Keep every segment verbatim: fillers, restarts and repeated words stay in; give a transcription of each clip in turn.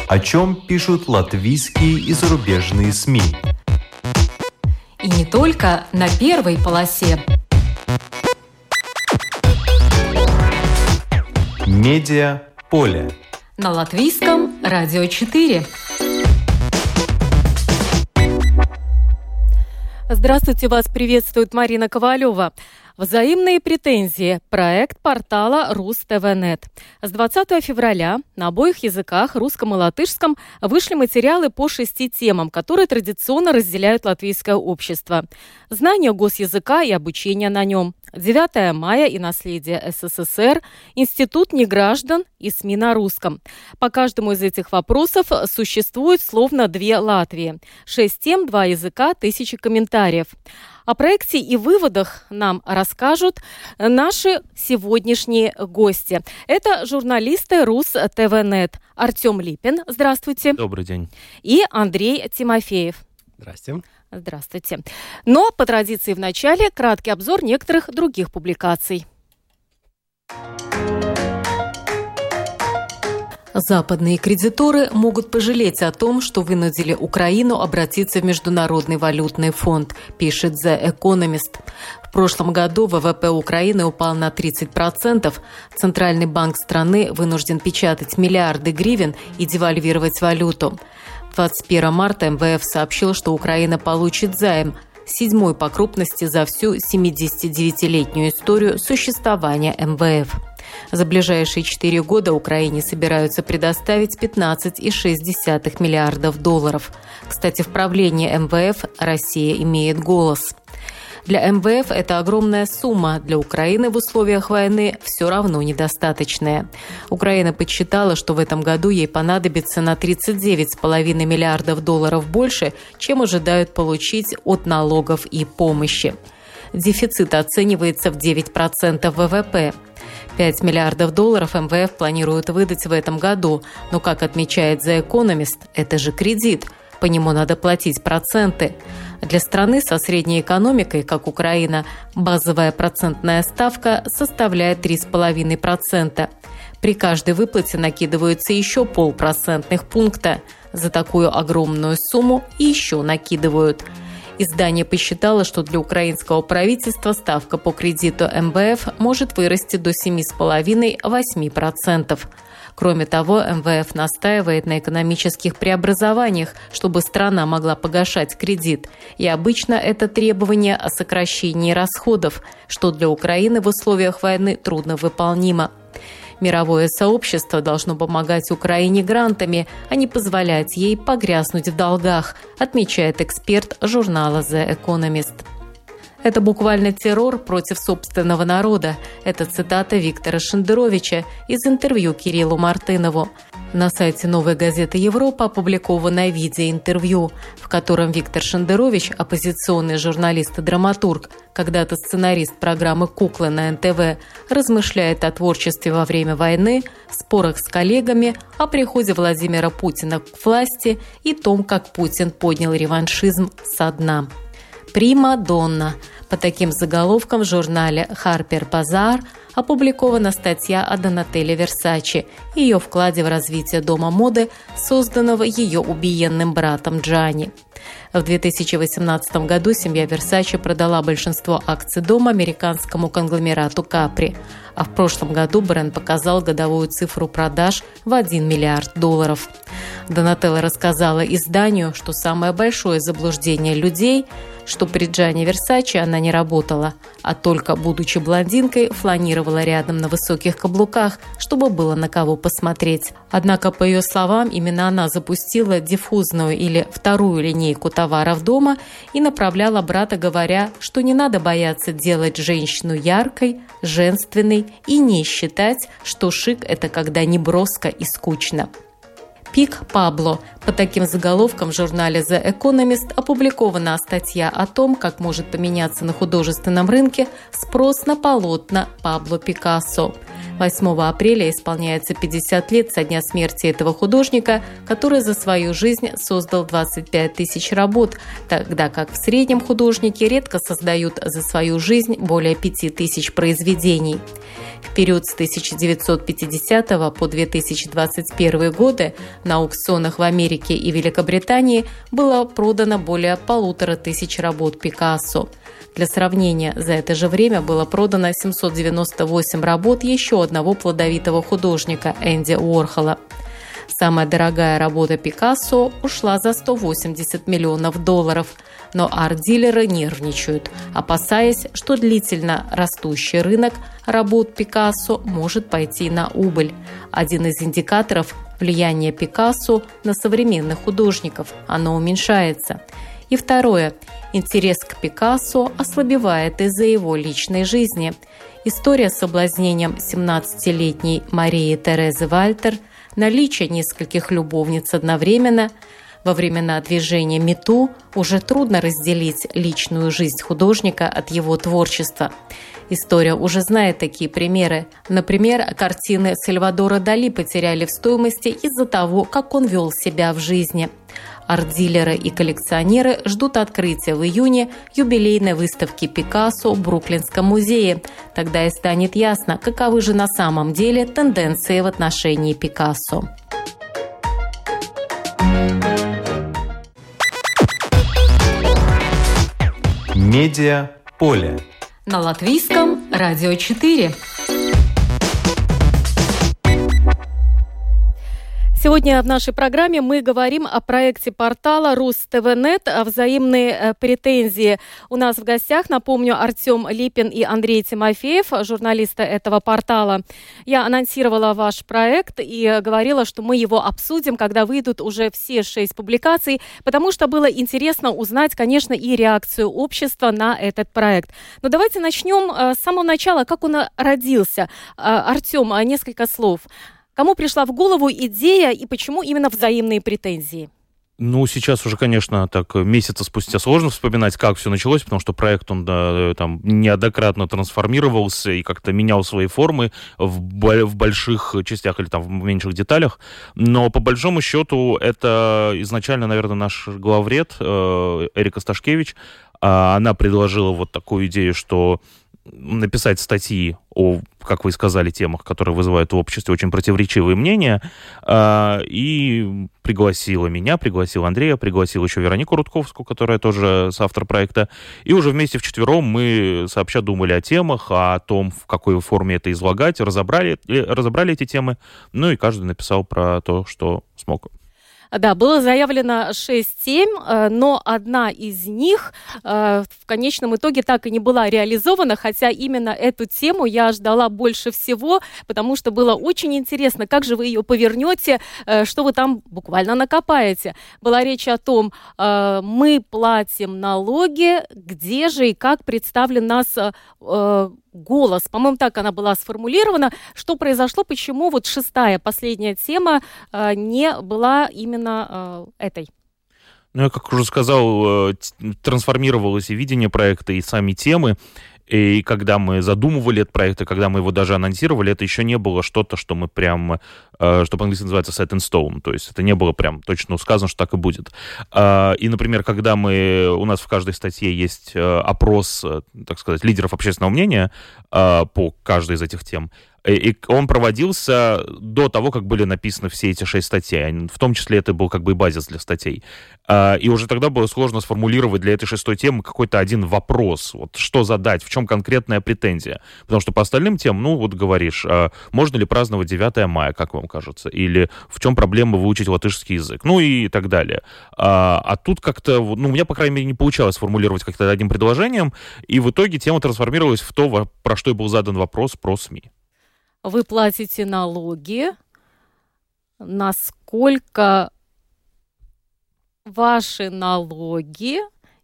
О чем пишут латвийские и зарубежные СМИ. И не только на первой полосе. Медиаполе. На Латвийском радио четыре. Здравствуйте, вас приветствует Марина Ковалева. Взаимные претензии. Проект портала Рус ТВ точка нет. С двадцатого февраля на обоих языках, русском и латышском, вышли материалы по шести темам, которые традиционно разделяют латвийское общество. Знание госязыка и обучение на нем. девятое мая и наследие СССР, Институт неграждан и СМИ на русском. По каждому из этих вопросов существует словно две Латвии. Шесть тем, два языка, тысячи комментариев. О проекте и выводах нам расскажут наши сегодняшние гости. Это журналисты Рус ТВ точка нет. Артем Липин, здравствуйте. Добрый день. И Андрей Тимофеев. Здрасте. Здравствуйте. Но по традиции в начале краткий обзор некоторых других публикаций. Западные кредиторы могут пожалеть о том, что вынудили Украину обратиться в Международный валютный фонд, пишет The Economist. В прошлом году ВВП Украины упал на тридцать процентов. Центральный банк страны вынужден печатать миллиарды гривен и девальвировать валюту. двадцать первого марта эм вэ эф сообщил, что Украина получит займ, седьмой по крупности за всю семидесятидевятилетнюю историю существования эм вэ эф. За ближайшие четыре года Украине собираются предоставить пятнадцать целых шесть десятых миллиардов долларов. Кстати, в правлении эм вэ эф Россия имеет голос. Для эм вэ эф это огромная сумма, для Украины в условиях войны все равно недостаточная. Украина подсчитала, что в этом году ей понадобится на тридцать девять целых пять десятых миллиардов долларов больше, чем ожидают получить от налогов и помощи. Дефицит оценивается в девять процентов вэ вэ пэ. пять миллиардов долларов эм вэ эф планирует выдать в этом году, но, как отмечает The Economist, это же кредит, по нему надо платить проценты. Для страны со средней экономикой, как Украина, базовая процентная ставка составляет три целых пять десятых процента. При каждой выплате накидываются еще полпроцентных пункта. За такую огромную сумму еще накидывают. Издание посчитало, что для украинского правительства ставка по кредиту эм вэ эф может вырасти до семь целых пять десятых - восемь процентов. Кроме того, эм вэ эф настаивает на экономических преобразованиях, чтобы страна могла погашать кредит. И обычно это требование о сокращении расходов, что для Украины в условиях войны трудновыполнимо. Мировое сообщество должно помогать Украине грантами, а не позволять ей погрязнуть в долгах, отмечает эксперт журнала The Economist. Это буквально террор против собственного народа. Это цитата Виктора Шендеровича из интервью Кириллу Мартынову. На сайте «Новой газеты Европа» опубликовано видеоинтервью, в котором Виктор Шендерович, оппозиционный журналист и драматург, когда-то сценарист программы «Куклы» на эн тэ вэ, размышляет о творчестве во время войны, спорах с коллегами, о приходе Владимира Путина к власти и том, как Путин поднял реваншизм со дна. «Прима-донна». По таким заголовкам в журнале Harper Bazaar опубликована статья о Донателле Версаче и ее вкладе в развитие дома моды, созданного ее убиенным братом Джанни. В две тысячи восемнадцатом году семья Версаче продала большинство акций дома американскому конгломерату Капри, а в прошлом году бренд показал годовую цифру продаж в один миллиард долларов. Донателла рассказала изданию, что самое большое заблуждение людей, что при Джанни Версаче она не работала, а только, будучи блондинкой, фланировала рядом на высоких каблуках, чтобы было на кого посмотреть. Однако, по ее словам, именно она запустила диффузную или вторую линейку товаров дома и направляла брата, говоря, что не надо бояться делать женщину яркой, женственной и не считать, что шик – это когда неброско и скучно. Пик Пабло. По таким заголовкам в журнале The Economist опубликована статья о том, как может поменяться на художественном рынке спрос на полотна Пабло Пикассо. восьмого апреля исполняется пятьдесят лет со дня смерти этого художника, который за свою жизнь создал двадцать пять тысяч работ, тогда как в среднем художники редко создают за свою жизнь более пяти тысяч произведений. В период с тысяча девятьсот пятидесятого по две тысячи двадцать первый годы На аукционах в Америке и Великобритании было продано более полутора тысяч работ Пикассо. Для сравнения, за это же время было продано семьсот девяносто восемь работ еще одного плодовитого художника Энди Уорхола. Самая дорогая работа Пикассо ушла за сто восемьдесят миллионов долларов, но арт-дилеры нервничают, опасаясь, что длительно растущий рынок работ Пикассо может пойти на убыль. Один из индикаторов – влияние Пикассо на современных художников. Оно уменьшается. И второе – интерес к Пикассо ослабевает из-за его личной жизни. История с соблазнением семнадцатилетней Марии Терезы Вальтер, наличие нескольких любовниц одновременно. Во времена движения МeToo уже трудно разделить личную жизнь художника от его творчества. История уже знает такие примеры. Например, картины Сальвадора Дали потеряли в стоимости из-за того, как он вел себя в жизни. Арт-дилеры и коллекционеры ждут открытия в июне юбилейной выставки Пикассо в Бруклинском музее. Тогда и станет ясно, каковы же на самом деле тенденции в отношении Пикассо. Медиа поле. На латвийском радио четыре. Сегодня в нашей программе мы говорим о проекте портала РусТВНет «Взаимные претензии». У нас в гостях, напомню, Артем Липин и Андрей Тимофеев, журналисты этого портала. Я анонсировала ваш проект и говорила, что мы его обсудим, когда выйдут уже все шесть публикаций, потому что было интересно узнать, конечно, и реакцию общества на этот проект. Но давайте начнем с самого начала, как он родился. Артем, несколько слов. Кому пришла в голову идея и почему именно взаимные претензии? Ну, сейчас уже, конечно, так месяца спустя сложно вспоминать, как все началось, потому что проект, он да, там неоднократно трансформировался и как-то менял свои формы в, в больших частях или там в меньших деталях. Но по большому счету это изначально, наверное, наш главред э, Эрика Сташкевич. Э, она предложила вот такую идею, что написать статьи о, как вы сказали, темах, которые вызывают в обществе очень противоречивые мнения, э, и пригласила меня, пригласила Андрея, пригласила еще Веронику Рудковскую, которая тоже соавтор проекта, и уже вместе вчетвером мы сообща думали о темах, о том, в какой форме это излагать, разобрали, разобрали эти темы, ну и каждый написал про то, что смог. Да, было заявлено шесть-семь, но одна из них в конечном итоге так и не была реализована, хотя именно эту тему я ждала больше всего, потому что было очень интересно, как же вы ее повернете, что вы там буквально накопаете. Была речь о том, мы платим налоги, где же и как представлен нас голос. По-моему, так она была сформулирована. Что произошло, почему вот шестая, последняя тема э, не была именно э, этой? Ну, я, как уже сказал, трансформировалось и видение проекта, и сами темы. И когда мы задумывали этот проект, и когда мы его даже анонсировали, это еще не было что-то, что мы прям, что по-английски называется set in stone, то есть это не было прям точно сказано, что так и будет. И, например, когда мы, у нас в каждой статье есть опрос, так сказать, лидеров общественного мнения по каждой из этих тем, и он проводился до того, как были написаны все эти шесть статей. В том числе это был как бы и базис для статей. И уже тогда было сложно сформулировать для этой шестой темы какой-то один вопрос. Вот что задать, в чем конкретная претензия. Потому что по остальным темам, ну вот говоришь, можно ли праздновать девятое мая, как вам кажется? Или в чем проблема выучить латышский язык? Ну и так далее. А, а тут как-то, ну у меня, по крайней мере, не получалось сформулировать как-то одним предложением. И в итоге тема трансформировалась в то, про что и был задан вопрос про СМИ. Вы платите налоги, насколько ваши налоги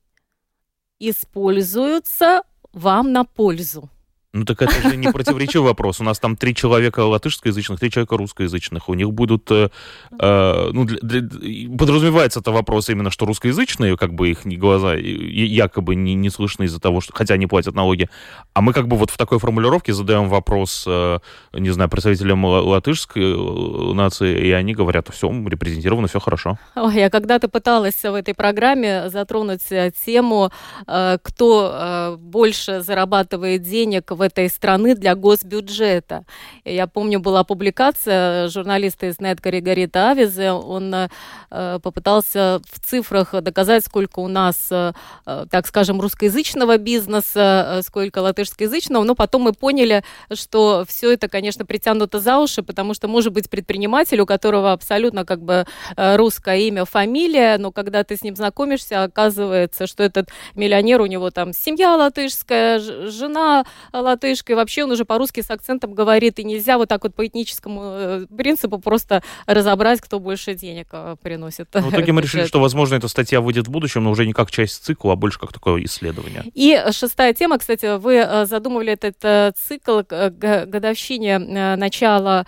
используются вам на пользу? Ну так это же не противоречивый вопрос. У нас там три человека латышскоязычных, три человека русскоязычных. У них будут... Э, э, ну, для, для, подразумевается это вопрос именно, что русскоязычные, как бы их глаза якобы не, не слышны из-за того, что... Хотя они платят налоги. А мы как бы вот в такой формулировке задаем вопрос, э, не знаю, представителям латышской нации, и они говорят, все репрезентировано, все хорошо. Ой, я когда-то пыталась в этой программе затронуть тему, э, кто э, больше зарабатывает денег в этой страны для госбюджета. Я помню, была публикация журналиста из Нет Гаригарита Авизе, он э, попытался в цифрах доказать, сколько у нас, э, так скажем, русскоязычного бизнеса, сколько латышскоязычного, но потом мы поняли, что все это, конечно, притянуто за уши, потому что может быть предприниматель, у которого абсолютно как бы русское имя, фамилия, но когда ты с ним знакомишься, оказывается, что этот миллионер, у него там семья латышская, жена латышка, и вообще он уже по-русски с акцентом говорит, и нельзя вот так вот по этническому принципу просто разобрать, кто больше денег приносит. В итоге мы решили, что, возможно, эта статья выйдет в будущем, но уже не как часть цикла, а больше как такое исследование. И шестая тема, кстати, вы задумывали этот цикл к годовщине начала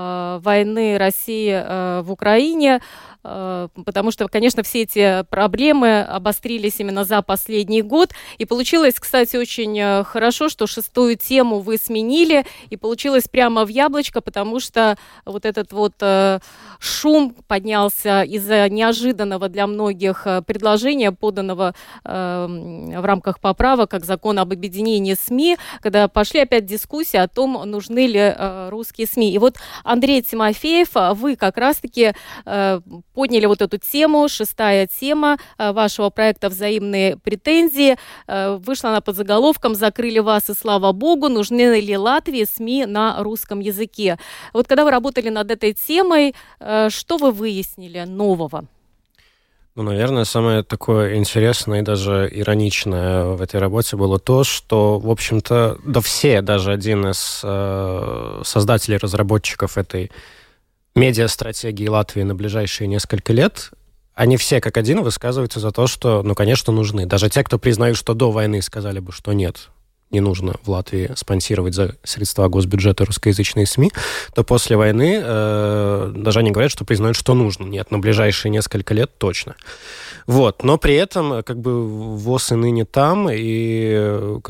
войны России в Украине, потому что, конечно, все эти проблемы обострились именно за последний год. И получилось, кстати, очень хорошо, что шестую тему вы сменили, и получилось прямо в яблочко, потому что вот этот вот шум поднялся из-за неожиданного для многих предложения, поданного в рамках поправок, как закон об объединении СМИ, когда пошли опять дискуссии о том, нужны ли русские СМИ. И вот, Андрей Тимофеев, вы как раз-таки подняли вот эту тему, шестая тема вашего проекта «Взаимные претензии». Вышла она под заголовком «Закрыли вас, и слава богу, нужны ли Латвии СМИ на русском языке?». Вот когда вы работали над этой темой, что вы выяснили нового? Ну, наверное, самое такое интересное и даже ироничное в этой работе было то, что, в общем-то, да все, даже один из э, создателей, разработчиков этой медиа-стратегии Латвии на ближайшие несколько лет, они все как один высказываются за то, что, ну, конечно, нужны. Даже те, кто признают, что до войны сказали бы, что нет, не нужно в Латвии спонсировать за средства госбюджета русскоязычные СМИ, то после войны э, даже они говорят, что признают, что нужно. Нет, на ближайшие несколько лет точно. Вот. Но при этом как бы ВОС и ныне там, и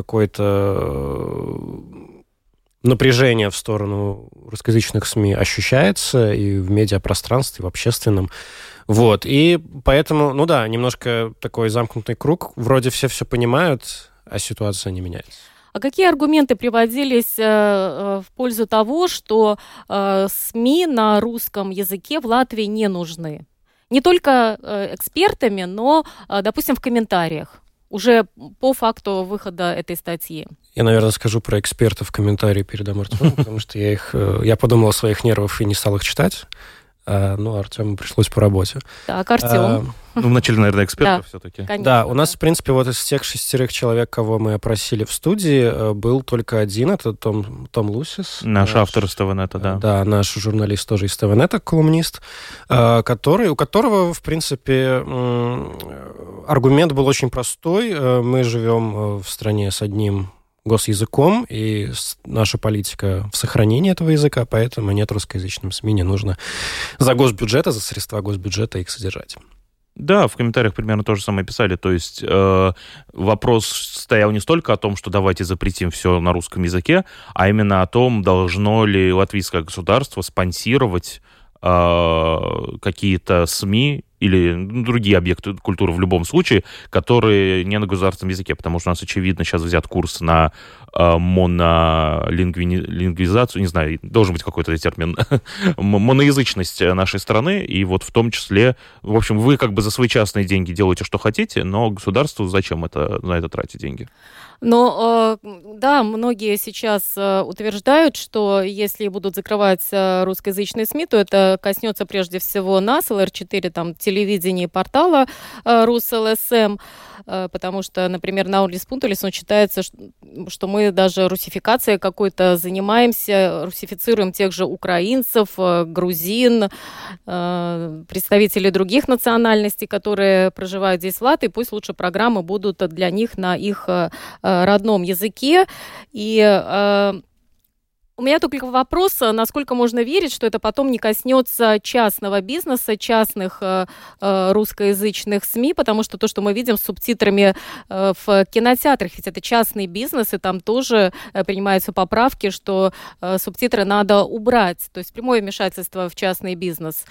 какой-то напряжение в сторону русскоязычных СМИ ощущается и в медиапространстве, и в общественном. Вот. И поэтому, ну да, немножко такой замкнутый круг. Вроде все все понимают, а ситуация не меняется. А какие аргументы приводились э, в пользу того, что э, СМИ на русском языке в Латвии не нужны? Не только э, экспертами, но, э, допустим, в комментариях, уже по факту выхода этой статьи. Я, наверное, скажу про экспертов в комментарии передам Артему, потому что я их, я подумал о своих нервах и не стал их читать. Ну, Артему пришлось по работе. Так, Артем. Ну, вначале, наверное, экспертов да, все-таки. Конечно, да, у нас, в принципе, вот из тех шестерых человек, кого мы опросили в студии, был только один, это Том, Том Лусис. Наш, наш автор из ТВНета, да. Да, наш журналист тоже из ТВНета, колумнист, который, у которого, в принципе, аргумент был очень простой. Мы живем в стране с одним госязыком, и наша политика в сохранении этого языка, поэтому нет русскоязычным СМИ, не нужно за госбюджета, за средства госбюджета их содержать. Да, в комментариях примерно то же самое писали. То есть э, вопрос стоял не столько о том, что давайте запретим все на русском языке, а именно о том, должно ли латвийское государство спонсировать э, какие-то СМИ или другие объекты культуры в любом случае, которые не на государственном языке, потому что у нас, очевидно, сейчас взят курс на э, монолингвизацию, не знаю, должен быть какой-то термин, моноязычность нашей страны, и вот в том числе, в общем, вы как бы за свои частные деньги делаете, что хотите, но государству зачем это, на это тратить деньги? Но, да, многие сейчас утверждают, что если будут закрывать русскоязычные СМИ, то это коснется прежде всего нас, эл эр четыре, там, телевидения и портала РусЛСМ, потому что, например, на Урлис Пунтулис он считается, что мы даже русификацией какой-то занимаемся, русифицируем тех же украинцев, грузин, представителей других национальностей, которые проживают здесь в Латвии, пусть лучше программы будут для них на их родном языке. И э, у меня только вопрос, насколько можно верить, что это потом не коснется частного бизнеса, частных э, русскоязычных СМИ, потому что то, что мы видим с субтитрами э, в кинотеатрах, ведь это частный бизнес, и там тоже э, принимаются поправки, что э, субтитры надо убрать, то есть прямое вмешательство в частный бизнес.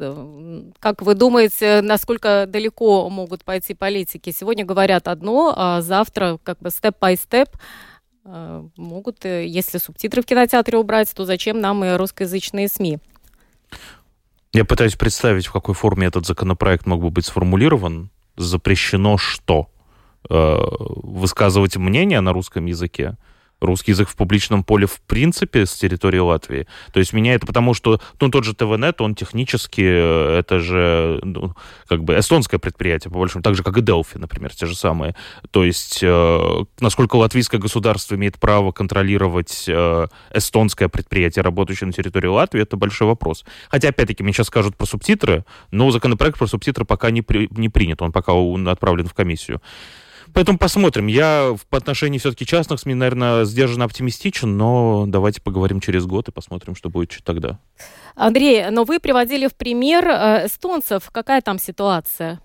Как вы думаете, насколько далеко могут пойти политики? Сегодня говорят одно, а завтра как бы степ-бай-степ могут, если субтитры в кинотеатре убрать, то зачем нам и русскоязычные СМИ? Я пытаюсь представить, в какой форме этот законопроект мог бы быть сформулирован. Запрещено что? Высказывать мнение на русском языке? Русский язык в публичном поле в принципе с территории Латвии. То есть меня это потому, что ну, тот же ТВНет, он технически, это же ну, как бы эстонское предприятие, по большому, так же, как и Делфи, например, те же самые. То есть э, насколько латвийское государство имеет право контролировать э, эстонское предприятие, работающее на территории Латвии, это большой вопрос. Хотя, опять-таки, мне сейчас скажут про субтитры, но законопроект про субтитры пока не, при, не принят, он пока отправлен в комиссию. Поэтому посмотрим. Я по отношению все-таки частных СМИ, наверное, сдержанно оптимистичен, но давайте поговорим через год и посмотрим, что будет тогда. Андрей, но вы приводили в пример эстонцев. Какая там ситуация?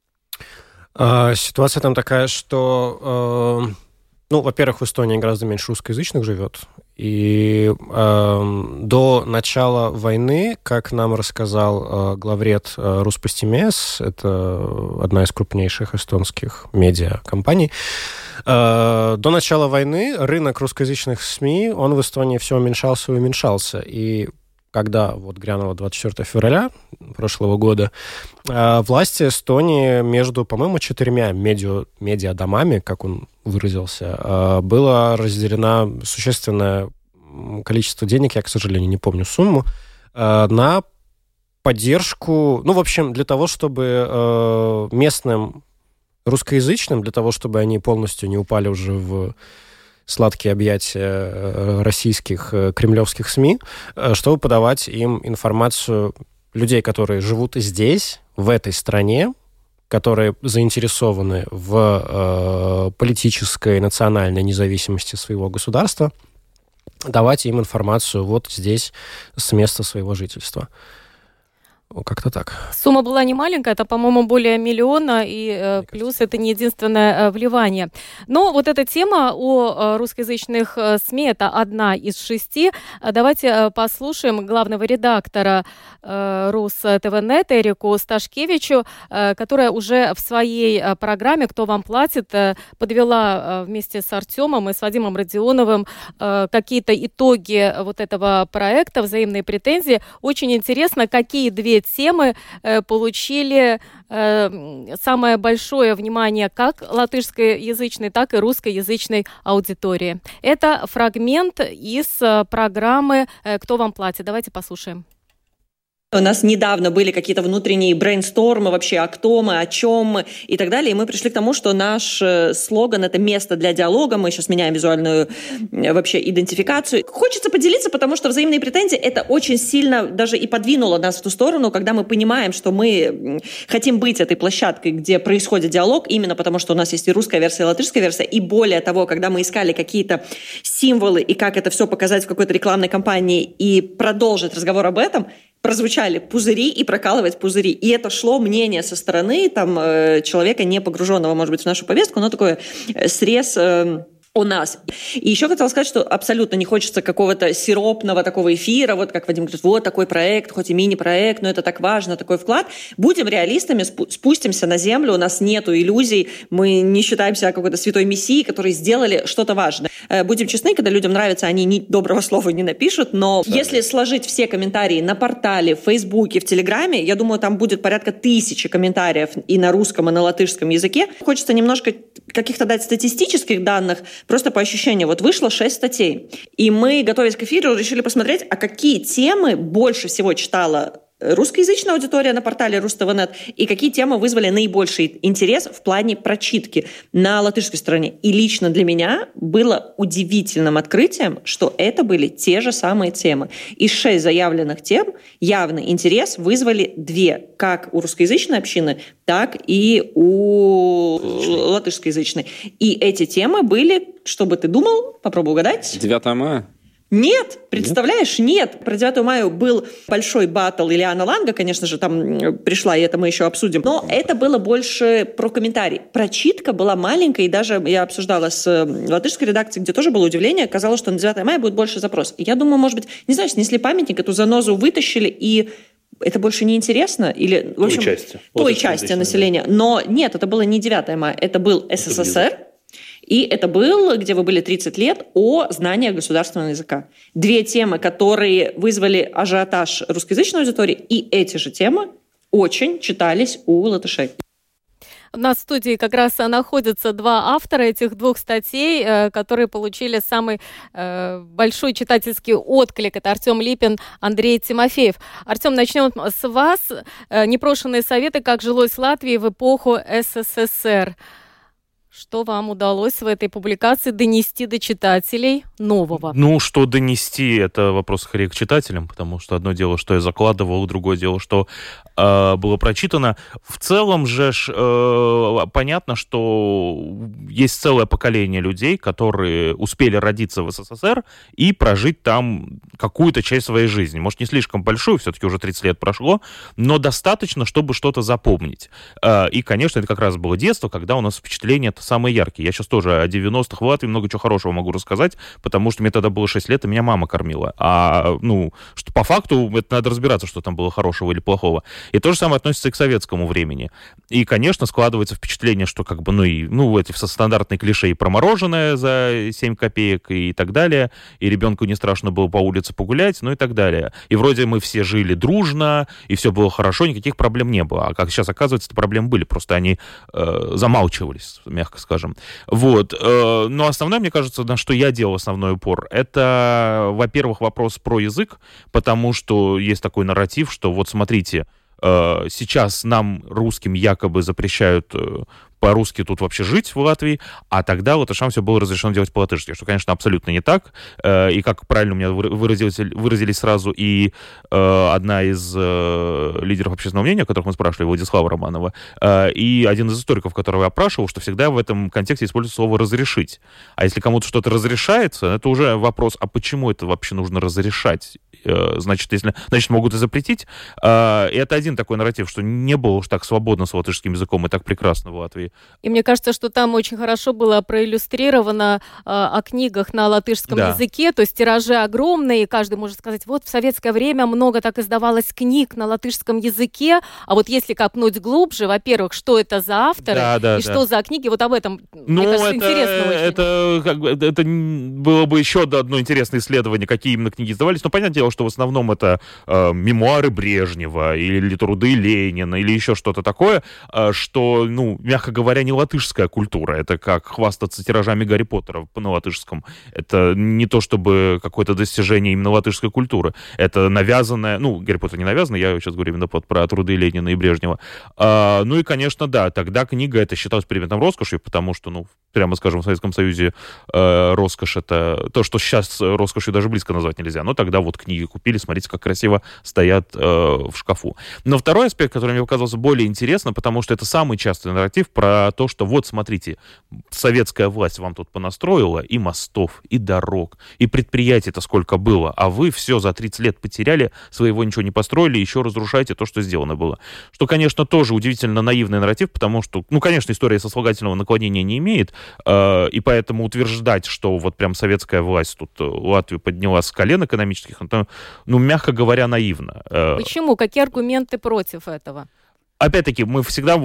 А, ситуация там такая, что, э, ну, во-первых, в Эстонии гораздо меньше русскоязычных живет. И э, до начала войны, как нам рассказал э, главред э, Руспостимес, это одна из крупнейших эстонских медиакомпаний, э, до начала войны рынок русскоязычных СМИ, он в Эстонии все уменьшался и уменьшался. И когда вот грянуло двадцать четвёртого февраля прошлого года, э, власти Эстонии между, по-моему, четырьмя медиа, медиадомами, как он выразился, э, было разделено существенное количество денег, я, к сожалению, не помню сумму, э, на поддержку, ну, в общем, для того, чтобы э, местным русскоязычным, для того, чтобы они полностью не упали уже в сладкие объятия российских кремлевских СМИ, чтобы подавать им информацию людей, которые живут здесь, в этой стране, которые заинтересованы в э, политической, национальной независимости своего государства, давать им информацию вот здесь, с места своего жительства. Как-то так. Сумма была не маленькая, это, по-моему, более миллиона, и э, плюс это не единственное э, вливание. Но вот эта тема о э, русскоязычных э, СМИ, это одна из шести. Давайте э, послушаем главного редактора э, РусТВНет Эрику Сташкевичу, э, которая уже в своей э, программе «Кто вам платит» э, подвела э, вместе с Артемом и с Вадимом Родионовым э, какие-то итоги вот этого проекта «Взаимные претензии». Очень интересно, какие две темы э, получили э, самое большое внимание как латышскоязычной, так и русскоязычной аудитории. Это фрагмент из э, программы «Кто вам платит». Давайте послушаем. У нас недавно были какие-то внутренние брейнстормы вообще, о кто мы, о чем мы и так далее. И мы пришли к тому, что наш слоган — это место для диалога. Мы сейчас меняем визуальную вообще идентификацию. Хочется поделиться, потому что взаимные претензии — это очень сильно даже и подвинуло нас в ту сторону, когда мы понимаем, что мы хотим быть этой площадкой, где происходит диалог, именно потому что у нас есть и русская версия, и латышская версия. И более того, когда мы искали какие-то символы и как это все показать в какой-то рекламной кампании и продолжить разговор об этом, прозвучали пузыри и прокалывать пузыри. И это шло мнение со стороны там, человека, не погруженного, может быть, в нашу повестку, но такой срез о нас. И еще хотела сказать, что абсолютно не хочется какого-то сиропного такого эфира, вот как Вадим говорит, вот такой проект, хоть и мини-проект, но это так важно, такой вклад. Будем реалистами, спустимся на землю, у нас нету иллюзий, мы не считаем себя какой-то святой мессией, которые сделали что-то важное. Будем честны, когда людям нравится, они ни доброго слова не напишут, но да. Если сложить все комментарии на портале, в Фейсбуке, в Телеграме, я думаю, там будет порядка тысячи комментариев и на русском, и на латышском языке. Хочется немножко каких-то дать статистических данных. Просто по ощущению, вот вышло шесть статей, и мы, готовясь к эфиру, решили посмотреть, а какие темы больше всего читала русскоязычная аудитория на портале РусТВНет и какие темы вызвали наибольший интерес в плане прочитки на латышской стороне. И лично для меня было удивительным открытием, что это были те же самые темы. Из шесть заявленных тем явный интерес вызвали две, как у русскоязычной общины, так и у латышскоязычной. И эти темы были, что бы ты думал, попробуй угадать. девятое мая. Нет, представляешь, нет. Про девятое мая был большой баттл Ильяна Ланга, конечно же, там пришла, и это мы еще обсудим. Но это было больше про комментарий. Прочитка была маленькая, и даже я обсуждала с латышской редакцией, где тоже было удивление, казалось, что на девятое мая будет больше запрос. И я думаю, может быть, не знаю, снесли памятник, эту занозу вытащили, и это больше не интересно? Или, в общем, той части, той части населения. Но нет, это было не девятое мая, это был СССР. И это был, где вы были тридцать лет, о знании государственного языка. Две темы, которые вызвали ажиотаж русскоязычной аудитории, и эти же темы очень читались у латышей. У нас в студии как раз находятся два автора этих двух статей, которые получили самый э, большой читательский отклик. Это Артем Липин, Андрей Тимофеев. Артем, начнем с вас. Непрошенные советы, как жилось в Латвии в эпоху СССР. Что вам удалось в этой публикации донести до читателей нового? Ну, что донести, это вопрос скорее к читателям, потому что одно дело, что я закладывал, другое дело, что э, было прочитано. В целом же э, понятно, что есть целое поколение людей, которые успели родиться в СССР и прожить там какую-то часть своей жизни. Может, не слишком большую, все-таки уже тридцать лет прошло, но достаточно, чтобы что-то запомнить. Э, и, конечно, это как раз было детство, когда у нас впечатление самые яркие. Я сейчас тоже о девяностых в Латвии много чего хорошего могу рассказать, потому что мне тогда было шесть лет, и меня мама кормила. А, ну, что по факту, это надо разбираться, что там было хорошего или плохого. И то же самое относится и к советскому времени. И, конечно, складывается впечатление, что как бы, ну, и, ну, эти стандартные клише и про мороженое за семь копеек и так далее, и ребенку не страшно было по улице погулять, ну и так далее. И вроде мы все жили дружно, и все было хорошо, никаких проблем не было. А как сейчас оказывается, проблемы были, просто они э, замалчивались, мягко скажем. Вот. Но основное, мне кажется, на что я делал основной упор, это, во-первых, вопрос про язык, потому что есть такой нарратив, что вот смотрите, сейчас нам, русским, якобы запрещают по-русски тут вообще жить в Латвии, а тогда латышам все было разрешено делать по-латышски, что, конечно, абсолютно не так. И как правильно у меня выразились, выразились сразу и одна из лидеров общественного мнения, которых мы спрашивали, Владислава Романова, и один из историков, которого я опрашивал, что всегда в этом контексте используется слово «разрешить». А если кому-то что-то разрешается, это уже вопрос, а почему это вообще нужно разрешать? Значит, если, значит, могут и запретить. И это один такой нарратив, что не было уж так свободно с латышским языком и так прекрасно в Латвии. И мне кажется, что там очень хорошо было проиллюстрировано э, о книгах на латышском да. языке, то есть тиражи огромные, и каждый может сказать, вот в советское время много так издавалось книг на латышском языке, а вот если копнуть глубже, во-первых, что это за авторы да, да, и да. что за книги, вот об этом, ну, мне кажется, это, интересно очень. Это, как бы, это было бы еще одно интересное исследование, какие именно книги издавались, но понятное дело, что в основном это э, мемуары Брежнева или труды Ленина или еще что-то такое, э, что, ну, мягко говоря, не латышская культура. Это как хвастаться тиражами Гарри Поттера на латышском. Это не то чтобы какое-то достижение именно латышской культуры. Это навязанное... Ну, Гарри Поттер не навязанный, я сейчас говорю именно про труды Ленина и Брежнева. А, ну и, конечно, да, тогда книга это считалась предметом роскоши, потому что, ну, прямо скажем, в Советском Союзе э, роскошь это... То, что сейчас роскошью даже близко назвать нельзя. Но тогда вот книги купили, смотрите, как красиво стоят э, в шкафу. Но второй аспект, который мне показался более интересным, потому что это самый частый нарратив про то, что вот, смотрите, советская власть вам тут понастроила и мостов, и дорог, и предприятий-то сколько было, а вы все за тридцать лет потеряли, своего ничего не построили, еще разрушаете то, что сделано было. Что, конечно, тоже удивительно наивный нарратив, потому что, ну, конечно, история сослагательного наклонения не имеет, э, и поэтому утверждать, что вот прям советская власть тут Латвию подняла с колен экономических, это, ну, мягко говоря, наивно. Почему? Какие аргументы против этого? Опять-таки, мы всегда...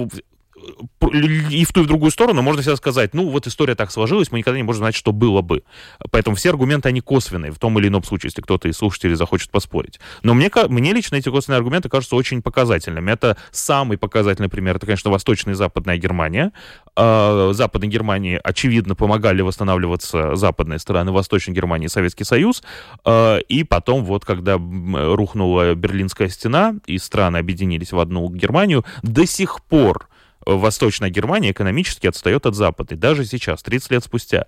и в ту, и в другую сторону можно всегда сказать, ну, вот история так сложилась, мы никогда не можем знать, что было бы. Поэтому все аргументы, они косвенные, в том или ином случае, если кто-то из слушателей захочет поспорить. Но мне, мне лично эти косвенные аргументы кажутся очень показательными. Это самый показательный пример, это, конечно, Восточная и Западная Германия. Западной Германии, очевидно, помогали восстанавливаться западные страны, Восточной Германии, Советский Союз. И потом, вот, когда рухнула Берлинская стена, и страны объединились в одну Германию, до сих пор Восточная Германия экономически отстает от Западной, даже сейчас, тридцать лет спустя.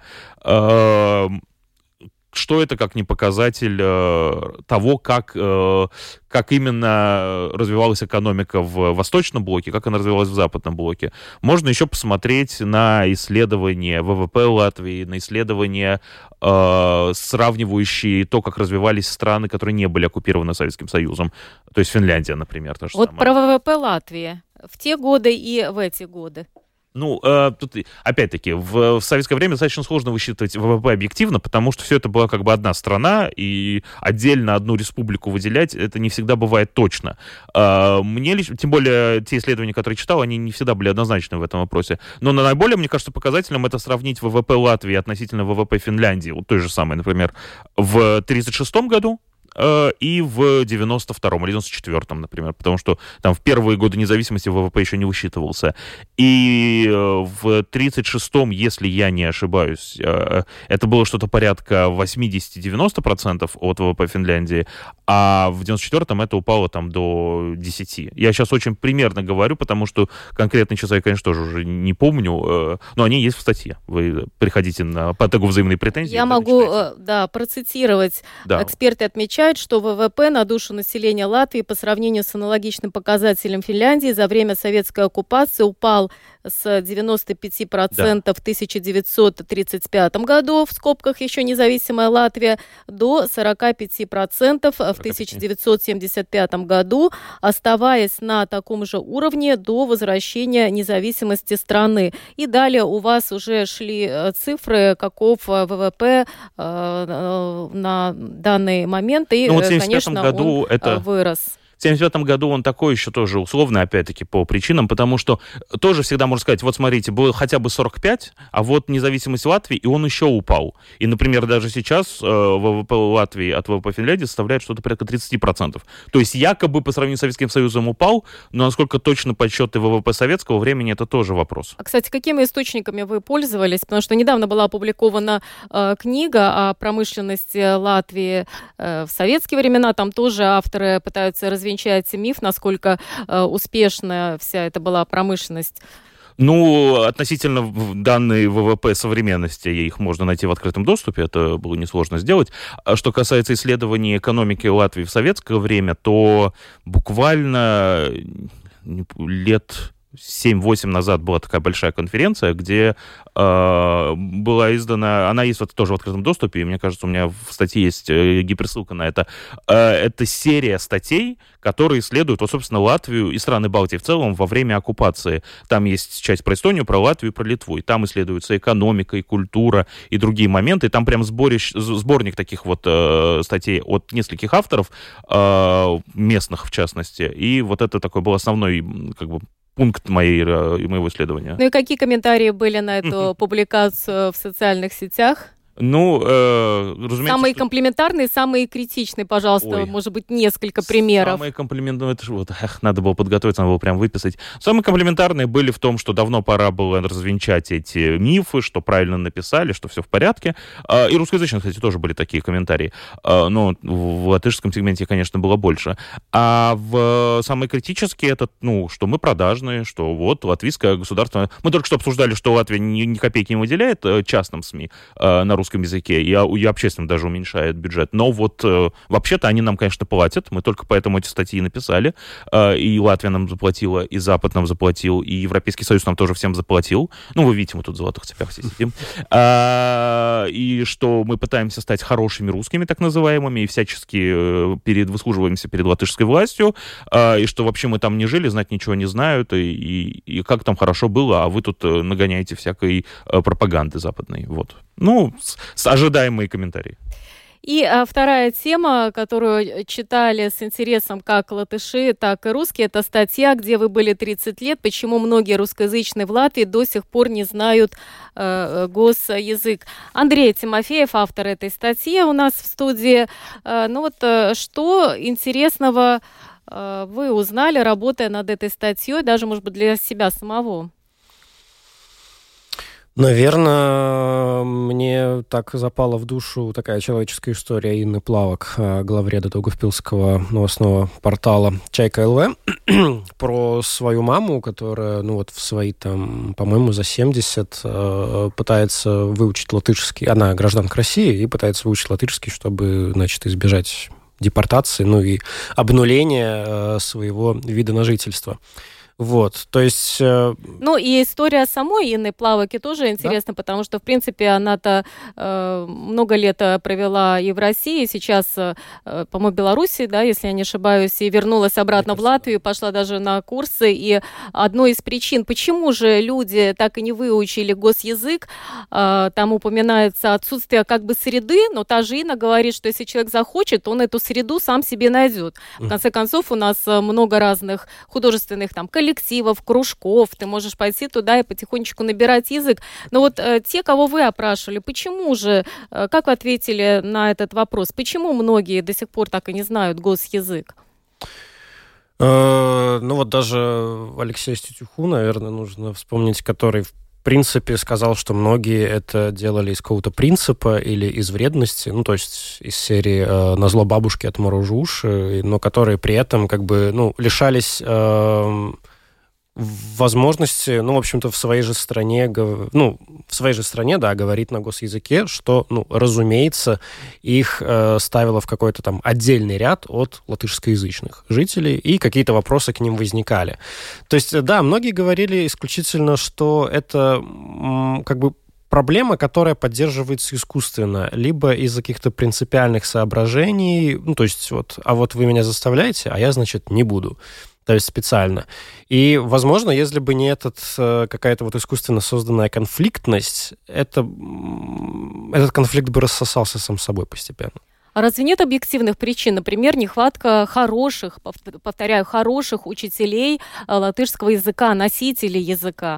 Что это как не показатель того, как, как именно развивалась экономика в Восточном блоке, как она развивалась в Западном блоке? Можно еще посмотреть на исследования ВВП Латвии, на исследования, сравнивающие то, как развивались страны, которые не были оккупированы Советским Союзом. То есть Финляндия, например. То же вот самое. Про ВВП Латвии в те годы и в эти годы. Ну, э, тут, опять-таки, в, в советское время достаточно сложно высчитывать ВВП объективно, потому что все это была как бы одна страна, и отдельно одну республику выделять, это не всегда бывает точно. Э, мне лично, тем более, те исследования, которые я читал, они не всегда были однозначны в этом вопросе. Но наиболее, мне кажется, показательным это сравнить ВВП Латвии относительно ВВП Финляндии. Вот той же самой, например, в тридцать шестом году, и в девяносто втором или девяносто четвёртом, например, потому что там в первые годы независимости ВВП еще не высчитывался. И в тридцать шестом, если я не ошибаюсь, это было что-то порядка восемьдесят-девяносто процентов от ВВП Финляндии, а в девяносто четвёртом это упало там до десяти. Я сейчас очень примерно говорю, потому что конкретные числа я, конечно, тоже уже не помню, но они есть в статье. Вы приходите на, по тегу «Взаимные претензии». Я могу, да, процитировать. Да. Эксперты отмечают, что ВВП на душу населения Латвии по сравнению с аналогичным показателем Финляндии за время советской оккупации упал с девяноста пяти процентов да. в тысяча девятьсот тридцать пятом году, в скобках еще независимая Латвия, до сорока пяти процентов в тысяча девятьсот семьдесят пятом году, оставаясь на таком же уровне до возвращения независимости страны. И далее у вас уже шли цифры, каков ВВП э, на данный момент. И, ну, вот в семьдесят пятом конечно, году он это... вырос. В семьдесят пятом году он такой еще тоже условно, опять-таки, по причинам, потому что тоже всегда можно сказать, вот смотрите, было хотя бы сорок пять, а вот независимость Латвии, и он еще упал. И, например, даже сейчас э, ВВП Латвии от ВВП Финляндии составляет что-то порядка тридцать процентов. То есть якобы по сравнению с Советским Союзом упал, но насколько точно подсчеты ВВП советского времени, это тоже вопрос. А, кстати, какими источниками вы пользовались? Потому что недавно была опубликована э, книга о промышленности Латвии э, в советские времена. Там тоже авторы пытаются развивать венчать миф, насколько э, успешная вся эта была промышленность. Ну, относительно данные ВВП современности, их можно найти в открытом доступе, это было несложно сделать. А что касается исследований экономики Латвии в советское время, то буквально лет семь-восемь назад была такая большая конференция, где э, была издана, она есть вот тоже в открытом доступе, и мне кажется, у меня в статье есть э, гиперссылка на это. Э, это серия статей, которые исследуют, вот, собственно, Латвию и страны Балтии в целом во время оккупации. Там есть часть про Эстонию, про Латвию, про Литву, и там исследуется экономика, и культура, и другие моменты. И там прям сборищ, сборник таких вот э, статей от нескольких авторов, э, местных в частности, и вот это такой был основной, как бы, пункт моей, моего исследования. Ну и какие комментарии были на эту публикацию в социальных сетях? Ну, э, разумеется... Самые что... комплиментарные, самые критичные, пожалуйста, Ой. может быть, несколько примеров. Самые комплиментарные, это же вот, эх, надо было подготовиться, надо было прям выписать. Самые комплиментарные были в том, что давно пора было развенчать эти мифы, что правильно написали, что все в порядке. И русскоязычные, кстати, тоже были такие комментарии. Но в латышском сегменте, конечно, было больше. А в самые критические, это, ну, что мы продажные, что вот латвийское государство... Мы только что обсуждали, что Латвия ни, ни копейки не выделяет частным СМИ на русском русском языке, и, и общественно даже уменьшает бюджет. Но вот э, вообще-то они нам, конечно, платят. Мы только поэтому эти статьи написали. Э, и Латвия нам заплатила, и Запад нам заплатил, и Европейский Союз нам тоже всем заплатил. Ну, вы видите, мы тут в золотых цепях все сидим. А, и что мы пытаемся стать хорошими русскими, так называемыми, и всячески перед, выслуживаемся перед латышской властью, а, и что вообще мы там не жили, знать ничего не знают, и, и, и как там хорошо было, а вы тут нагоняете всякой пропаганды западной. Вот. Ну, с, с ожидаемые комментарии. И а, вторая тема, которую читали с интересом как латыши, так и русские, это статья, где вы были тридцать лет, почему многие русскоязычные в Латвии до сих пор не знают э, госязык. Андрей Тимофеев, автор этой статьи, у нас в студии. Э, ну вот, э, что интересного э, вы узнали, работая над этой статьей, даже, может быть, для себя самого? Наверное, мне так запала в душу такая человеческая история Инны Плавок, главреда Даугавпилского новостного портала «Чайка ЛВ», про свою маму, которая, ну вот в свои там, по-моему, за семьдесят пытается выучить латышский. Она гражданка России и пытается выучить латышский, чтобы, значит, избежать депортации, ну и обнуления своего вида на жительство. Вот, то есть... Э... Ну, и история самой Инны Плаваки тоже интересна, да? Потому что, в принципе, она-то э, много лет провела и в России, сейчас, э, по-моему, в Беларуси, да, если я не ошибаюсь, и вернулась обратно Мне в Латвию, кажется, пошла даже на курсы. И одной из причин, почему же люди так и не выучили госязык, э, там упоминается отсутствие как бы среды, но та же Инна говорит, что если человек захочет, он эту среду сам себе найдет. В конце концов, у нас много разных художественных там коллективов, кружков, ты можешь пойти туда и потихонечку набирать язык. Но вот э, те, кого вы опрашивали, почему же, э, как вы ответили на этот вопрос, почему многие до сих пор так и не знают госязык? Э, ну вот даже Алексею Стетюху, наверное, нужно вспомнить, который в принципе сказал, что многие это делали из какого-то принципа или из вредности, ну, то есть из серии э, «Назло бабушке отморожу уши», но которые при этом как бы, ну, лишались... Э, возможности, ну, в общем-то, в своей же стране, ну, в своей же стране, да, говорить на госязыке, что, ну, разумеется, их э, ставило в какой-то там отдельный ряд от латышскоязычных жителей, и какие-то вопросы к ним возникали. То есть, да, многие говорили исключительно, что это м, как бы проблема, которая поддерживается искусственно, либо из-за каких-то принципиальных соображений, ну, то есть, вот, а вот вы меня заставляете, а я, значит, не буду. То есть специально. И, возможно, если бы не этот, какая-то вот искусственно созданная конфликтность, это, этот конфликт бы рассосался сам собой постепенно. А разве нет объективных причин? Например, нехватка хороших, повторяю, хороших учителей латышского языка, носителей языка?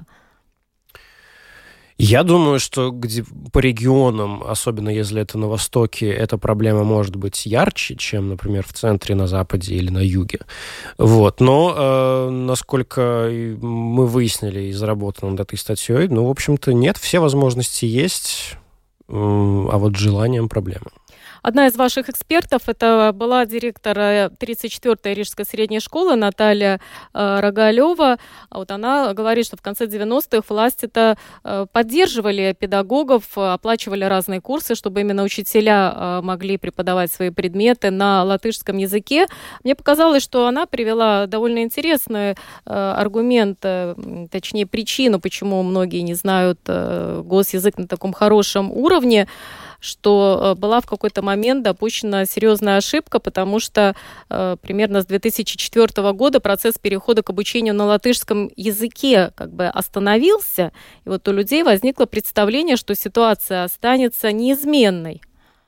Я думаю, что где, по регионам, особенно если это на Востоке, эта проблема может быть ярче, чем, например, в центре, на Западе или на Юге. Вот. Но, э, насколько мы выяснили из работы над этой статьей, ну, в общем-то, нет, все возможности есть, э, а вот с желанием проблема. Одна из ваших экспертов, это была директор тридцать четвёртой Рижской средней школы Наталья э, Рогалева. Вот она говорит, что в конце девяностых власти-то э, поддерживали педагогов, оплачивали разные курсы, чтобы именно учителя э, могли преподавать свои предметы на латышском языке. Мне показалось, что она привела довольно интересный э, аргумент, э, точнее причину, почему многие не знают э, госязык на таком хорошем уровне, что была в какой-то момент допущена серьезная ошибка, потому что э, примерно с две тысячи четвёртого года процесс перехода к обучению на латышском языке как бы остановился, и вот у людей возникло представление, что ситуация останется неизменной.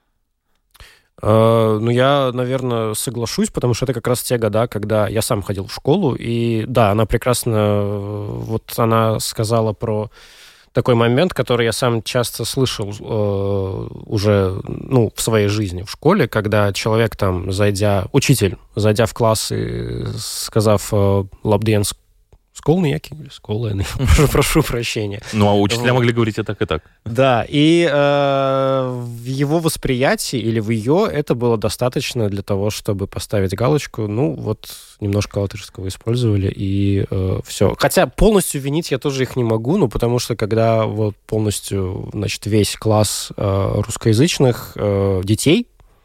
Uh, ну, я, наверное, соглашусь, потому что это как раз те года, когда я сам ходил в школу, и да, она прекрасно, вот она сказала про такой момент, который я сам часто слышал э, уже, ну, в своей жизни в школе, когда человек там, зайдя, учитель, зайдя в класс и сказав э, «Лабден, школьный яки», школьный, прошу прощения. Ну, а учителя могли говорить и так, и так. Да, и э, в его восприятии или в ее это было достаточно для того, чтобы поставить галочку, ну, вот немножко латышского использовали, и э, все. Хотя полностью винить я тоже их не могу, ну, потому что когда вот полностью, значит, весь класс э, русскоязычных э, детей,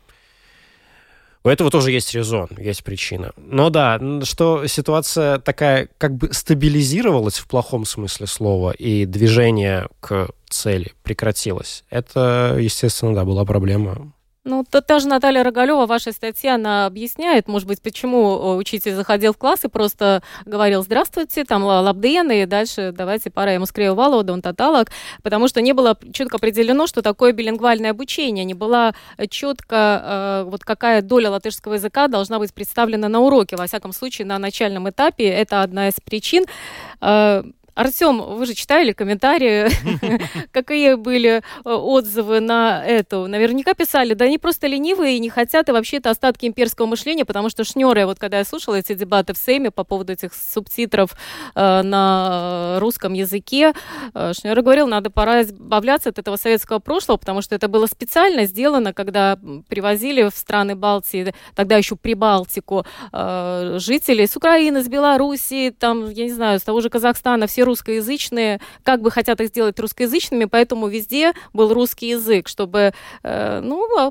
у этого тоже есть резон, есть причина. Но да, что ситуация такая как бы стабилизировалась в плохом смысле слова, и движение к цели прекратилось. Это, естественно, да, была проблема. Ну, то, та же Наталья Рогалева, ваша статья, она объясняет, может быть, почему учитель заходил в класс и просто говорил «здравствуйте», там «лабден», и дальше «давайте пора ему скрею валода, он таталок», потому что не было четко определено, что такое билингвальное обучение, не была четко, э, вот какая доля латышского языка должна быть представлена на уроке, во всяком случае, на начальном этапе, это одна из причин. Э, Артем, вы же читали комментарии, какие были отзывы на эту? Наверняка писали, да они просто ленивые и не хотят, и вообще это остатки имперского мышления, потому что Шнёре, вот когда я слушала эти дебаты в Сейме по поводу этих субтитров э, на русском языке, э, Шнёре говорил, надо пора избавляться от этого советского прошлого, потому что это было специально сделано, когда привозили в страны Балтии, тогда еще Прибалтику, э, жителей с Украины, с Белоруссии, там, я не знаю, с того же Казахстана, все русскоязычные, как бы хотят их сделать русскоязычными, поэтому везде был русский язык, чтобы, э, ну,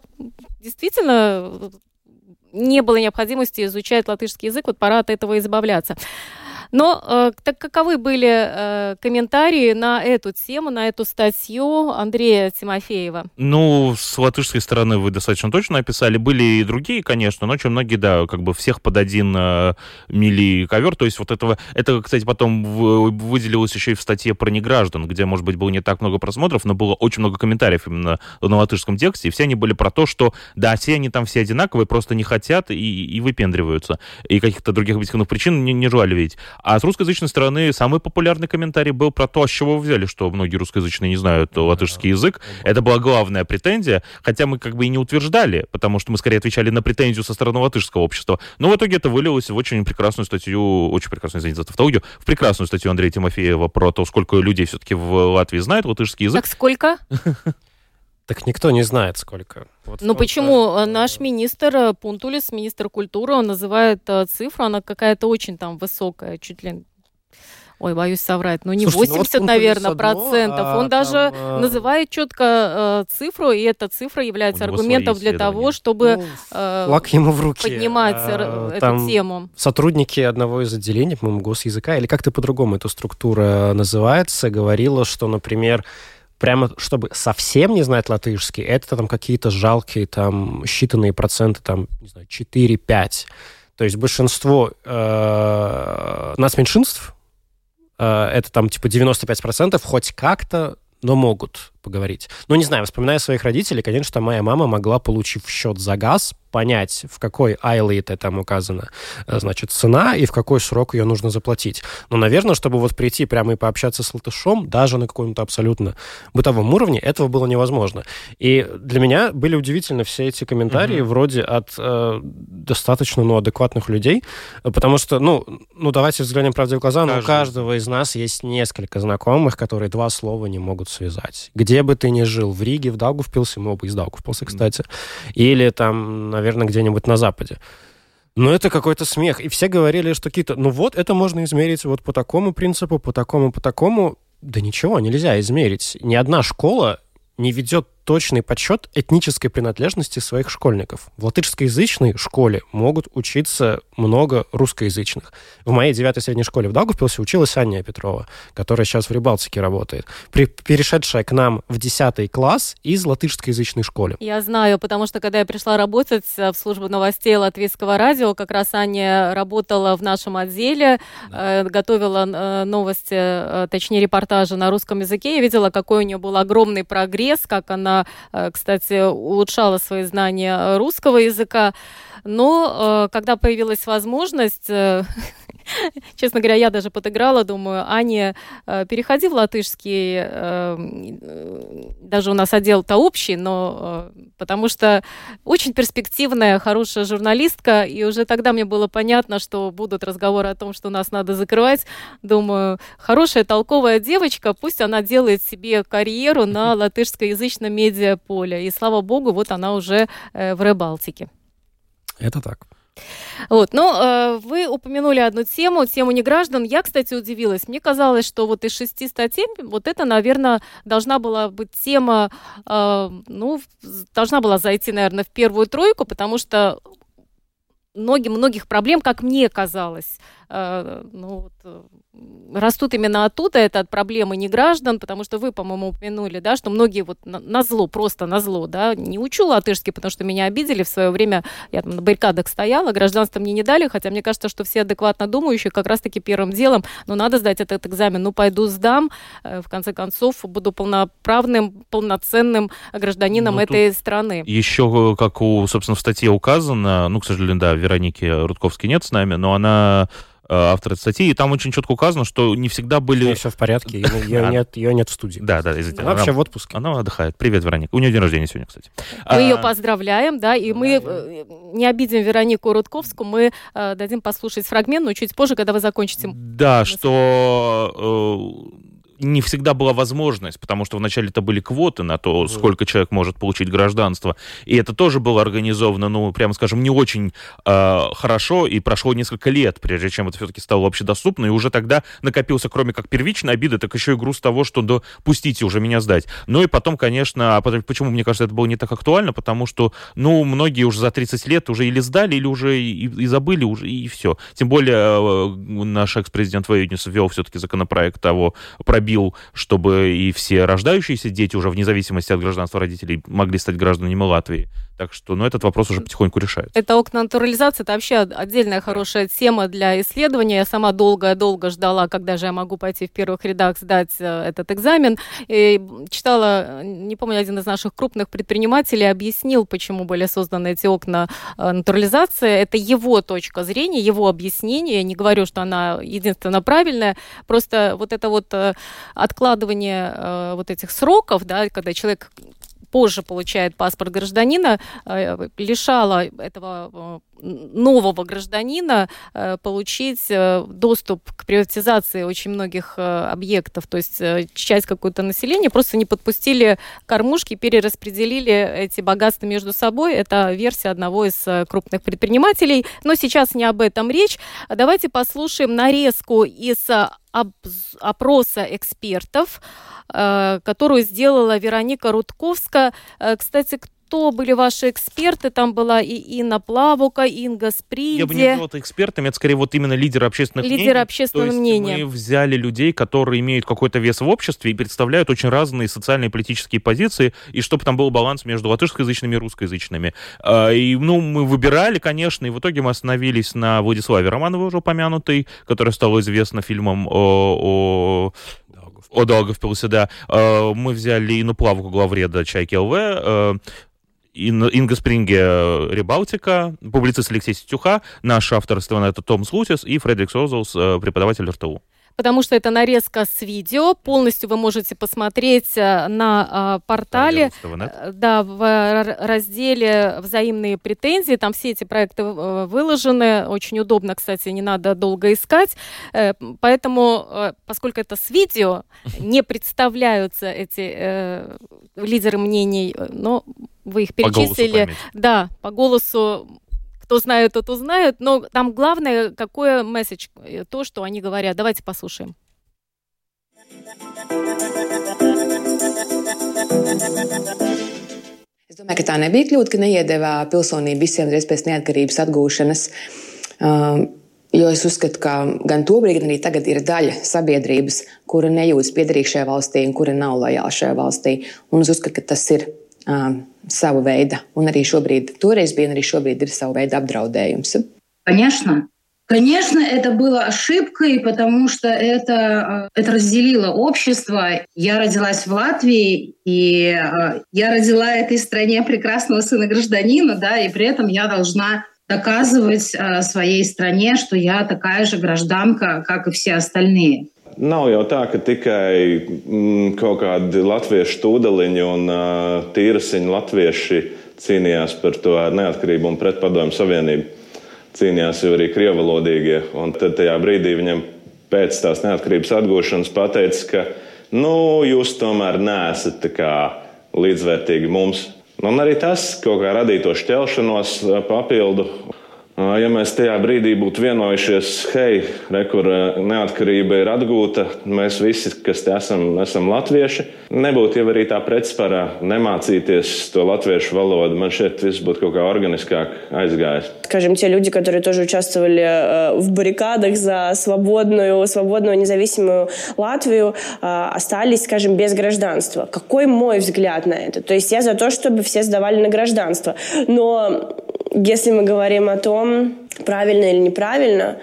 действительно не было необходимости изучать латышский язык, вот пора от этого избавляться. Но э, так каковы были э, комментарии на эту тему, на эту статью Андрея Тимофеева? Ну, с латышской стороны вы достаточно точно описали. Были и другие, конечно, но очень многие, да, как бы всех под один э, мили ковер. То есть вот этого... Это, кстати, потом в, выделилось еще и в статье про неграждан, где, может быть, было не так много просмотров, но было очень много комментариев именно на латышском тексте, и все они были про то, что, да, все они там все одинаковые, просто не хотят и, и выпендриваются. И каких-то других объективных причин не, не желали видеть. А с русскоязычной стороны самый популярный комментарий был про то, с чего вы взяли, что многие русскоязычные не знают латышский язык. Это была главная претензия, хотя мы как бы и не утверждали, потому что мы скорее отвечали на претензию со стороны латышского общества. Но в итоге это вылилось в очень прекрасную статью, очень прекрасную, извините за тавтологию, в прекрасную статью Андрея Тимофеева про то, сколько людей все-таки в Латвии знает латышский язык. Так сколько? Так никто не знает, сколько. Вот ну сколько... почему? Наш министр Пунтулис, министр культуры, он называет цифру, она какая-то очень там высокая, чуть ли... Ой, боюсь соврать, ну не Слушайте, восемьдесят, ну вот наверное, одно, процентов. а Он даже там, а... называет четко э, цифру, и эта цифра является аргументом для того, чтобы ну, э, флаг ему в руки. поднимать а, эту там тему. Сотрудники одного из отделений, по-моему, госязыка, или как-то по-другому эта структура называется, говорила, что, например, прямо чтобы совсем не знать латышский, это там какие-то жалкие там считанные проценты, там, не знаю, четыре-пять. То есть большинство э, нацменьшинств, э, это там типа девяносто пять процентов хоть как-то, но могут поговорить. Ну, не знаю, вспоминая своих родителей, конечно, моя мама могла, получив счет за газ, понять, в какой айлите там указана, значит, цена и в какой срок ее нужно заплатить. Но, наверное, чтобы вот прийти прямо и пообщаться с латышом, даже на каком-то абсолютно бытовом уровне, этого было невозможно. И для меня были удивительны все эти комментарии, mm-hmm. вроде от э, достаточно, ну, адекватных людей, потому что, ну, ну давайте взглянем правде в глаза, но у каждого из нас есть несколько знакомых, которые два слова не могут связать. Где бы ты ни жил, в Риге, в Даугавпилсе, мы оба из Даугавпилса, кстати, mm-hmm. или там, наверное, где-нибудь на Западе. Но это какой-то смех. И все говорили, что какие-то... Ну вот, это можно измерить вот по такому принципу, по такому, по такому. Да ничего, нельзя измерить. Ни одна школа не ведет точный подсчет этнической принадлежности своих школьников. В латышскоязычной школе могут учиться много русскоязычных. В моей девятой средней школе в Даугавпилсе училась Аня Петрова, которая сейчас в Рибалтике работает, при, перешедшая к нам в десятый класс из латышскоязычной школы. Я знаю, потому что когда я пришла работать в службу новостей Латвийского радио, как раз Аня работала в нашем отделе, да. э, готовила э, новости, э, точнее репортажи на русском языке. Я видела, какой у нее был огромный прогресс, как она, кстати, улучшала свои знания русского языка. Но когда появилась возможность, честно говоря, я даже подыграла, думаю, Аня, переходи в латышский, даже у нас отдел-то общий, но потому что очень перспективная, хорошая журналистка, и уже тогда мне было понятно, что будут разговоры о том, что нас надо закрывать. Думаю, хорошая, толковая девочка, пусть она делает себе карьеру на латышскоязычном медиаполе. И, слава богу, вот она уже в Рибалтике. Это так. Вот, но э, вы упомянули одну тему, тему неграждан. Я, кстати, удивилась. Мне казалось, что вот из шести статей, вот это, наверное, должна была быть тема, э, ну, должна была зайти, наверное, в первую тройку, потому что многих-многих проблем, как мне казалось, э, ну, вот, растут именно оттуда, это от проблемы неграждан, потому что вы, по-моему, упомянули, да, что многие вот на, на зло, просто на зло, да, не учу латышский, потому что меня обидели в свое время, я там на баррикадах стояла, гражданство мне не дали, хотя мне кажется, что все адекватно думающие как раз-таки первым делом, ну, надо сдать этот экзамен, ну, пойду сдам, в конце концов, буду полноправным, полноценным гражданином ну, этой страны. Еще, как, у, собственно, в статье указано, ну, к сожалению, да, Вероники Рудковской нет с нами, но она автор этой статьи, и там очень четко указано, что не всегда были... Все в порядке, ее нет, ее нет в студии. Да, да, извините. Она вообще в отпуске. Она отдыхает. Привет, Вероника. У нее день рождения сегодня, кстати. Мы ее поздравляем, да, и мы не обидим Веронику Рудковскую, мы дадим послушать фрагмент, но чуть позже, когда вы закончите. Да, что... не всегда была возможность, потому что вначале это были квоты на то, сколько человек может получить гражданство. И это тоже было организовано, ну, прямо скажем, не очень э, хорошо, и прошло несколько лет, прежде чем это все-таки стало общедоступно, и уже тогда накопился, кроме как первичной обиды, так еще и груз того, что да, пустите уже меня сдать. Ну и потом, конечно, а почему, мне кажется, это было не так актуально, потому что, ну, многие уже за тридцать лет уже или сдали, или уже и, и забыли, уже, и все. Тем более наш экс-президент Вейнис ввел все-таки законопроект того, пробил, чтобы и все рождающиеся дети уже вне зависимости от гражданства родителей могли стать гражданами Латвии. Так что, ну, этот вопрос уже потихоньку решается. Это окна натурализации, это вообще отдельная хорошая тема для исследования. Я сама долго-долго ждала, когда же я могу пойти в первых рядах сдать этот экзамен. И читала, не помню, один из наших крупных предпринимателей объяснил, почему были созданы эти окна натурализации. Это его точка зрения, его объяснение. Я не говорю, что она единственно правильная. Просто вот это вот откладывание вот этих сроков, да, когда человек позже получает паспорт гражданина, лишало этого нового гражданина получить доступ к приватизации очень многих объектов. То есть часть какое-то населения просто не подпустили кормушки, перераспределили эти богатства между собой. Это версия одного из крупных предпринимателей. Но сейчас не об этом речь. Давайте послушаем нарезку из опроса экспертов, которую сделала Вероника Рудковская. Кстати, кто были ваши эксперты? Там была и Инна Плавука, Инга Спринди. Я бы не назвал это экспертами, это скорее вот именно лидеры общественных Лидеры мнений. Лидеры общественного То есть мнения. Мы взяли людей, которые имеют какой-то вес в обществе и представляют очень разные социальные и политические позиции, и чтобы там был баланс между латышскоязычными и русскоязычными. И, ну, мы выбирали, конечно, и в итоге мы остановились на Владиславе Романовой, уже упомянутой, которая стала известна фильмом о... о... О Даугавпилсе, да. Мы взяли Инну Плавуку, главреда «Чайки ЛВ», Инга Спринге «Рибалтика», публицист Алексей Сетюха, наш автор это Том Слутис и Фредерик Созелс, преподаватель эр тэ у. Потому что это нарезка с видео. Полностью вы можете посмотреть на э, портале, э, да, в разделе «Взаимные претензии». Там все эти проекты э, выложены. Очень удобно, кстати, не надо долго искать. Э, поэтому, э, поскольку это с видео, не представляются эти э, лидеры мнений, но вы их перечислили. По да, по голосу. Кто знает, тот узнает. Но там главное, какой месседж, то, что они говорят. Давайте послушаем. Es domāju, ka tā nebija kļūda, ka neiedeva pilsonību visiem reiz pēc neatkarības atgūšanas, jo es uzskatu, ka gan tobrīd, gan arī tagad ir daļa sabiedrības, kura nejūtas piederīga šajā valstī un kura nav lojāla šajā valstī. Un es uzskatu, ka tas ir savu veidu, un arī šobrīd, toreiz bija, un arī šobrīd ir savu veidu apdraudējums. Конечно. Конечно, это было ошибкой, потому что это, это разделило общество. Я родилась в Латвии, и я родила этой стране прекрасного сына гражданина, да, и при этом я должна доказывать своей стране, что я такая же гражданка, как и все остальные. Nav jau tā, ka tikai mm, kaut kādi latviešu tūdeliņi un uh, tīrasiņi latvieši cīnījās par to neatkarību un pret Padomju Savienību. Cīnījās jau arī krievalodīgie. Un tad tajā brīdī viņam pēc tās neatkarības atgūšanas pateica, ka nu, jūs tomēr neesat tā kā līdzvērtīgi mums. Un arī tas kaut kā radīja to šķelšanos papildu. Ja mēs tajā brīdī būtu vienojušies, hei, re, kur neatkarība ir atgūta, mēs visi, kas te esam, esam latvieši, nebūtu jau arī tā pretspara nemācīties to latviešu valodu. Man šeit viss būtu kaut kā органискāk aizgājis. Скажем, те люди, которые тоже участвовали в баррикадах за свободную, свободную независимую Латвию, остались, скажем, без гражданства. Какой мой взгляд на это? То есть я за то, чтобы все сдавали на гражданство. Но если мы говорим о том, правильно или неправильно,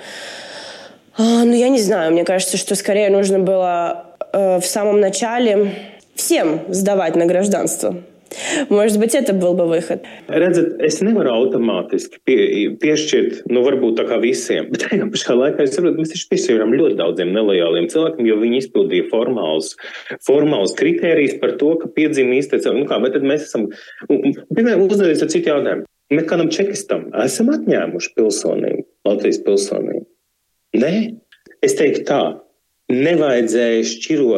ну, я не знаю. Мне кажется, что скорее нужно было в самом начале всем сдавать на гражданство. Может быть, это был бы выход. Redzat, es nevaru automātiski pie, piešķirt, nu, varbūt tā kā visiem, bet tajā pašā laikā es saprotu, mēs taču piešķiram ļoti daudziem nelojāliem cilvēkiem, jo viņi izpildīja formāls, formāls kritērijus par to, ka piedzima īstais, nu kā, bet tad mēs esam, piemēram, uzdevies ar citu jautājumu. Mēs kādam čekistam esam atņēmuši pilsonību, Latvijas pilsonību? Nē. Es teiktu tā, nevajadzēja šķirot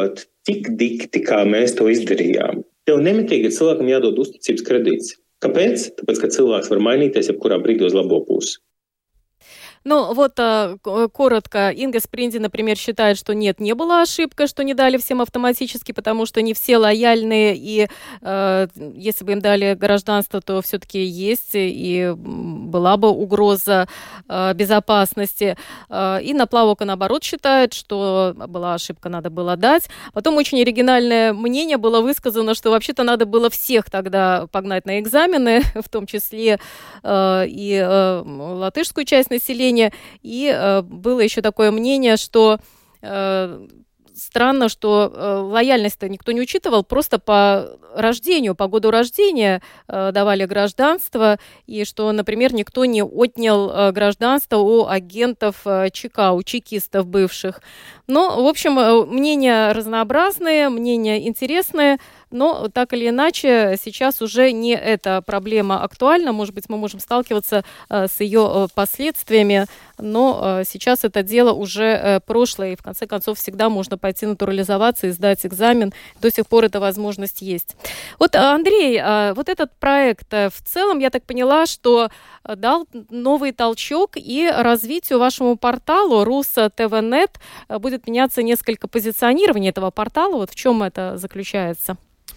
tik dikti, kā mēs to izdarījām. Tev nemitīgi ir cilvēkam jādod uzticības kredīts. Kāpēc? Tāpēc, ka cilvēks var mainīties jebkurā brīdī uz labo pusi. Ну, вот коротко, Инга Спринди, например, считает, что нет, не была ошибка, что не дали всем автоматически, потому что не все лояльные, и э, если бы им дали гражданство, то все-таки есть и была бы угроза э, безопасности. Э, и Наплавока, наоборот, считает, что была ошибка, надо было дать. Потом очень оригинальное мнение было высказано, что вообще-то надо было всех тогда погнать на экзамены, в том числе э, и э, латышскую часть населения. И э, было еще такое мнение, что э, странно, что э, лояльность-то никто не учитывал, просто по рождению, по году рождения э, давали гражданство, и что, например, никто не отнял э, гражданство у агентов э, ЧК, у чекистов бывших. Но, в общем, э, мнения разнообразные, мнения интересные, но так или иначе сейчас уже не эта проблема актуальна. Может быть, мы можем сталкиваться э, с ее э, последствиями, но э, сейчас это дело уже э, прошлое, и в конце концов всегда можно пойти натурализоваться и сдать экзамен. До сих пор эта возможность есть. Вот, Андрей, э, вот этот проект э, в целом, я так поняла, что э, дал новый толчок и развитию вашему порталу Рус.ТВ.нет э, будет меняться несколько позиционирований этого портала. Вот в чем это заключается?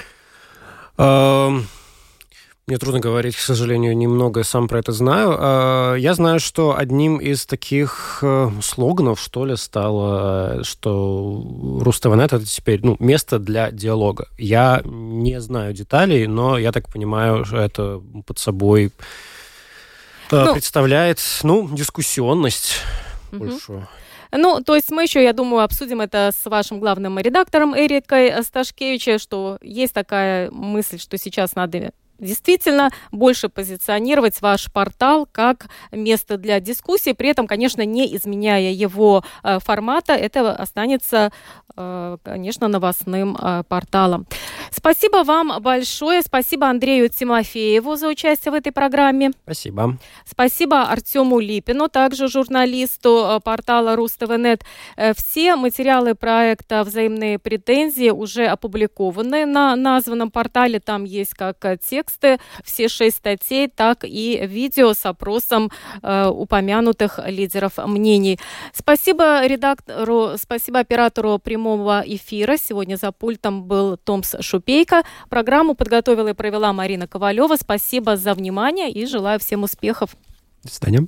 Мне трудно говорить, к сожалению, немного сам про это знаю. Я знаю, что одним из таких слоганов, что ли, стало, что Рус.ТВ.нет — это теперь ну, место для диалога. Я не знаю деталей, но я так понимаю, что это под собой ну, представляет ну, дискуссионность угу. большую. Ну, то есть мы еще, я думаю, обсудим это с вашим главным редактором Эрикой Сташкевичем, что есть такая мысль, что сейчас надо действительно больше позиционировать ваш портал как место для дискуссий, при этом, конечно, не изменяя его э, формата, это останется, э, конечно, новостным э, порталом. Спасибо вам большое, спасибо Андрею Тимофееву за участие в этой программе. Спасибо. Спасибо Артему Липину, также журналисту э, портала Рус.ТВ.нет. Э, все материалы проекта «Взаимные претензии» уже опубликованы на названном портале, там есть как текст, все шесть статей, так и видео с опросом э, упомянутых лидеров мнений. Спасибо редактору, спасибо оператору прямого эфира. Сегодня за пультом был Томс Шупейко. Программу подготовила и провела Марина Ковалева. Спасибо за внимание и желаю всем успехов. До свидания.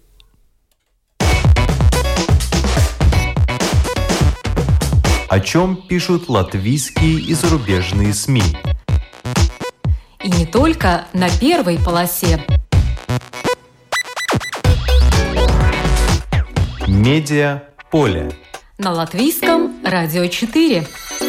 О чем пишут латвийские и зарубежные СМИ? И не только на первой полосе. Медиа поле. На Латвийском радио четыре.